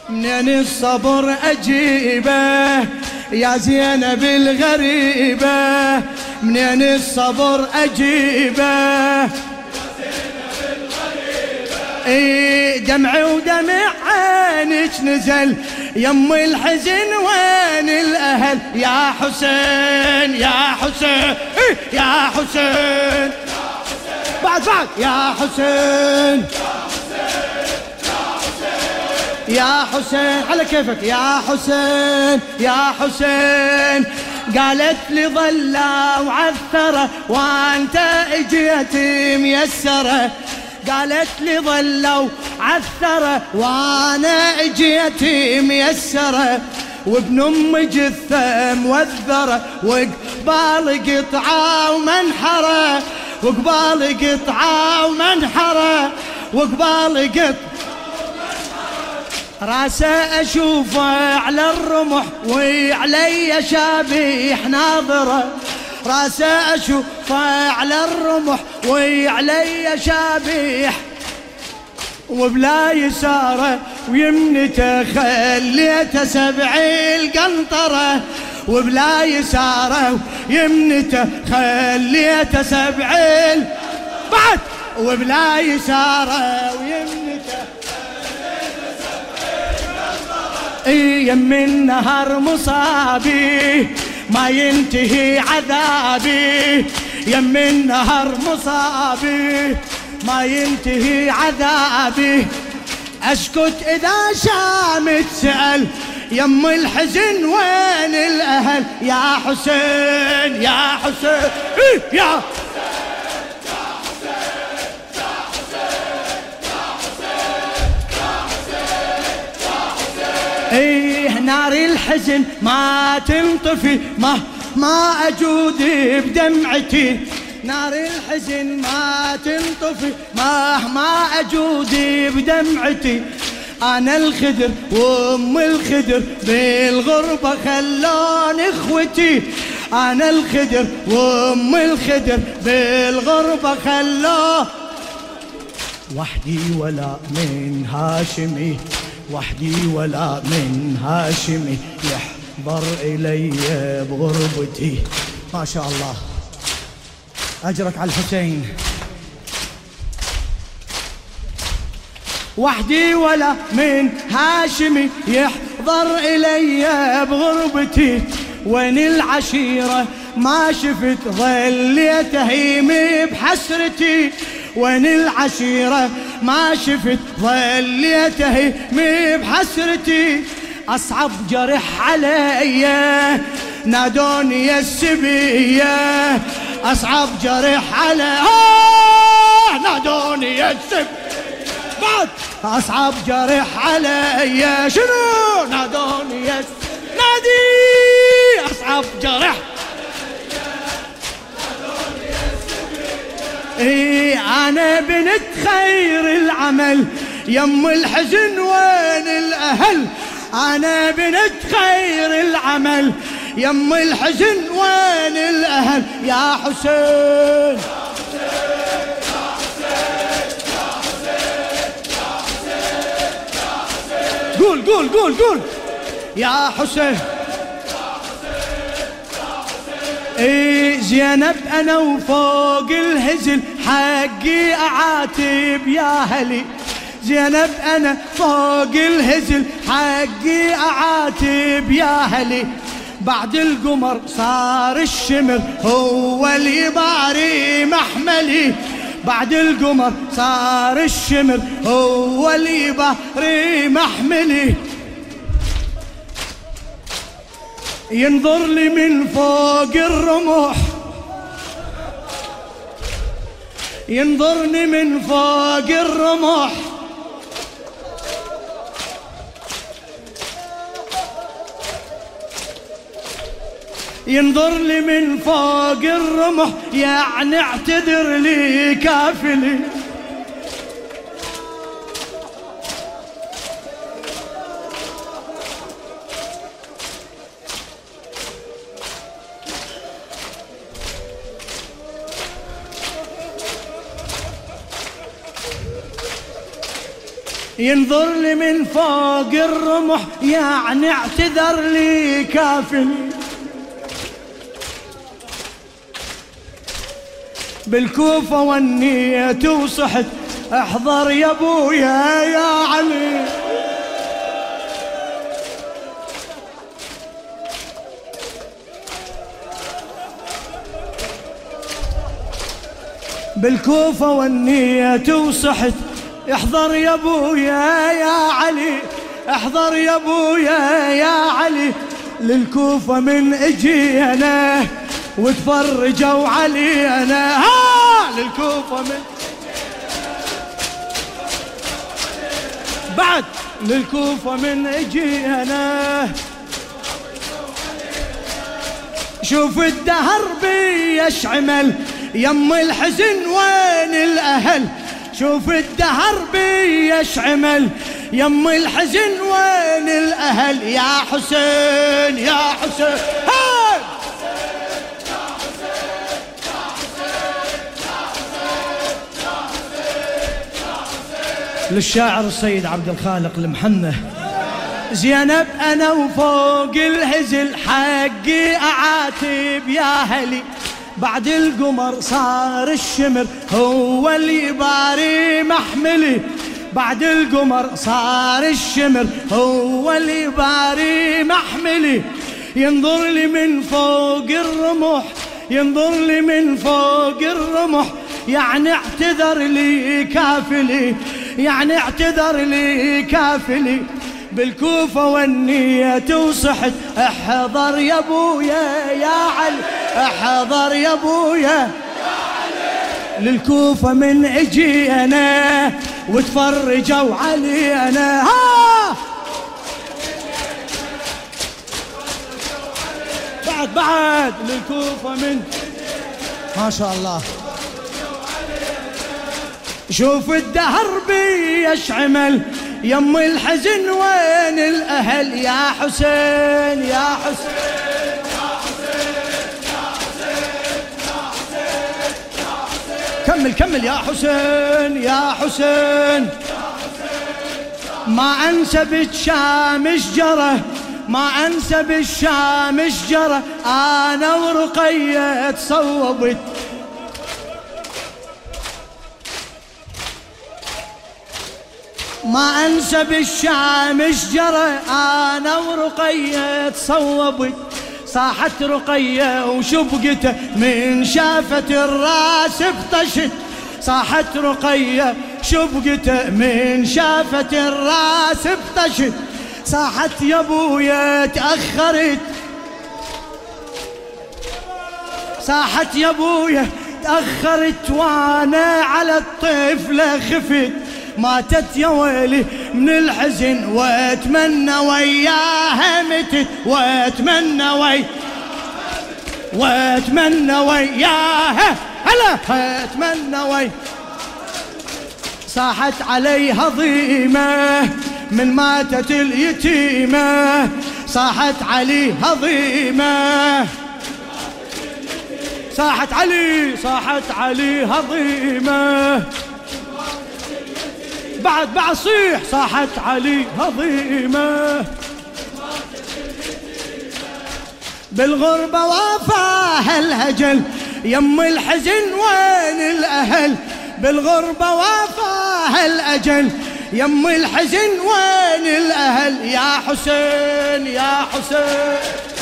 منين الصبر أجيبه يا زينب الغريبة، منين الصبر أجيبه دمعي ودمع عينك نزل يم الحزن وين الأهل يا حسين يا حسين يا حسين بعد يا حسين يا حسين على كيفك يا حسين يا حسين. قالت لي ظلة وعثرة وانت اجيت ميسرة، قالت لي ظلة وعثرة وانا اجيت ميسرة، وابن ام جثة موذرة وقبال قطعة ومنحرة، وقبال قطعة ومنحرة، وقبال قطعة راسه اشوفه على الرمح وعلي شابيح ناظره، راسه اشوفه على الرمح وعلي شابيح، وبلا يساره ويمنته خليته سبع القنطره، وبلا يساره ويمنته خليته سبع بعد، وبلا يساره ويمنته يم النهر مصابي ما ينتهي عذابي، يم النهر مصابي ما ينتهي عذابي، اسكت اذا شام تسأل يم الحزن وين الاهل يا حسين يا حسين يا نار الحزن ما تنطفي ما أجود بدمعتي، نار الحزن ما تنطفي ما أجود بدمعتي، أنا الخدر وأم الخدر بالغربة خلون إخوتي، أنا الخدر وأم الخدر بالغربة خلون وحدي ولا من هاشمي، وحدي ولا من هاشمي يحضر إلي بغربتي. ما شاء الله أجرك على الحسين. وحدي ولا من هاشمي يحضر إلي بغربتي، وين العشيرة ما شفت ظليت هيمي بحسرتي، وين العشيرة ما شفت ظليت هيمي بحسرتي، أصعب جرح علي نادوني السبية، أصعب جرح علي نادوني السبية بعد، أصعب جرح علي شنو نادوني نادي، أصعب جرح أنا بنت خير العمل يم الحزن وين الأهل، أنا بنت خير العمل يم الحزن وين الأهل يا حسين قول قول قول قول يا حسين. زينب أنا وفوق الهزل حقي أعاتب يا هلي، زينب أنا فوق الهزل حقي أعاتب يا هلي، بعد القمر صار الشمر هو اللي باري محملي، بعد القمر صار الشمر هو اللي باري محملي، ينظر لي من فوق الرمح، ينظرني من فوق الرمح، ينظر لي من فوق الرمح يعني اعتذر لي كافلي، ينظر لي من فوق الرمح يعني اعتذر لي كافل. بالكوفة والنية وصحت احضر يا ابويا يا علي. بالكوفة والنية وصحت احضر يا ابويا يا علي. احضر يا ابويا يا علي. للكوفة من اجي انا وتفرجوا علي انا. للكوفة من بعد للكوفة من اجي انا. شوف الدهر بيشعمل يم الحزن وين الاهل. شوف الدهر بيشعمل يم الحزن وين الاهل. يا حسين يا حسين للشاعر السيد عبد الخالق المحنة. زينب انا وفوق الهزل حقي اعاتب يا هلي. بعد القمر صار الشمر هو اللي باري محملي. بعد القمر صار الشمر هو اللي باري محملي. ينظر لي من فوق الرمح ينظر لي من فوق الرمح يعني اعتذر لي كافلي. يعني اعتذر لي كافلي. بالكوفة والنية وصحت احضر يا ابويا يا علي. احضر يا ابويا يا علي. للكوفة من اجي انا وتفرجوا علي انا. بعد للكوفة من ما شاء الله. شوف الدهر بيشعمل يم الحزن وين الاهل. يا حسين يا حسين يا حسين يا حسين يا حسين يا حسين. كمل يا حسين يا حسين. ما انسى بالشام شجره ما انسى بالشام شجره انا ورقية تصوبت. ما انسى بالشام شجرة انا ورقية تصوبت. صاحت رقية وشبقته من شافت الراس افتشت. صاحت رقية شبقته من شافت الراس افتشت. صاحت يا ابويا تأخرت. صاحت يا ابويا تأخرت وانا على الطفلة خفت. ماتت يا ويلي من الحزن واتمنى وياها متت. واتمنى وياها هلا اتمنى صاحت عليها ضيمة من ماتت اليتيمة. صاحت عليها ضيمة صاحت عليها ضيمة. بعد صيح صاحت عليها ضيمة. بالغربة وافاها الهجل يم الحزن وين الاهل. بالغربة وافاها الاجل يم الحزن وين الاهل. يا حسين يا حسين